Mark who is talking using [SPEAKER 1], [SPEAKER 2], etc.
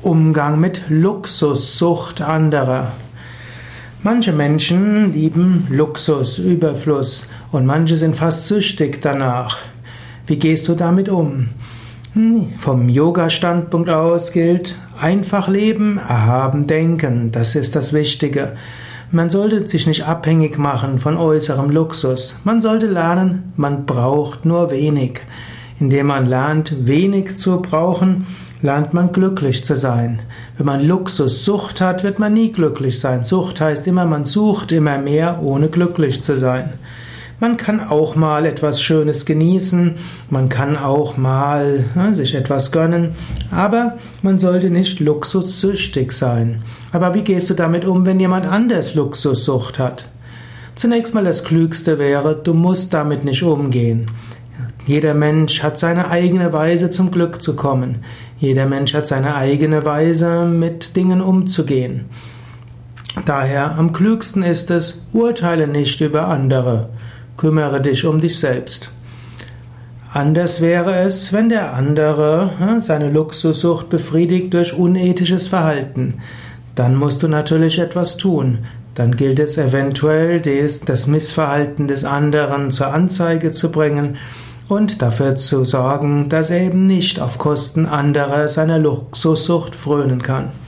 [SPEAKER 1] Umgang mit Luxussucht anderer. Manche Menschen lieben Luxus, Überfluss und manche sind fast süchtig danach. Wie gehst du damit um? Vom Yoga-Standpunkt aus gilt, einfach leben, erhaben denken, das ist das Wichtige. Man sollte sich nicht abhängig machen von äußerem Luxus. Man sollte lernen, man braucht nur wenig. Indem man lernt, wenig zu brauchen, lernt man glücklich zu sein. Wenn man Luxussucht hat, wird man nie glücklich sein. Sucht heißt immer, man sucht immer mehr, ohne glücklich zu sein. Man kann auch mal etwas Schönes genießen, man kann auch mal sich etwas gönnen, aber man sollte nicht luxussüchtig sein. Aber wie gehst du damit um, wenn jemand anders Luxussucht hat? Zunächst mal das Klügste wäre, du musst damit nicht umgehen. Jeder Mensch hat seine eigene Weise, zum Glück zu kommen. Jeder Mensch hat seine eigene Weise, mit Dingen umzugehen. Daher am klügsten ist es, urteile nicht über andere. Kümmere dich um dich selbst. Anders wäre es, wenn der andere seine Luxussucht befriedigt durch unethisches Verhalten. Dann musst du natürlich etwas tun. Dann gilt es eventuell, das Missverhalten des anderen zur Anzeige zu bringen und dafür zu sorgen, dass er eben nicht auf Kosten anderer seiner Luxussucht frönen kann.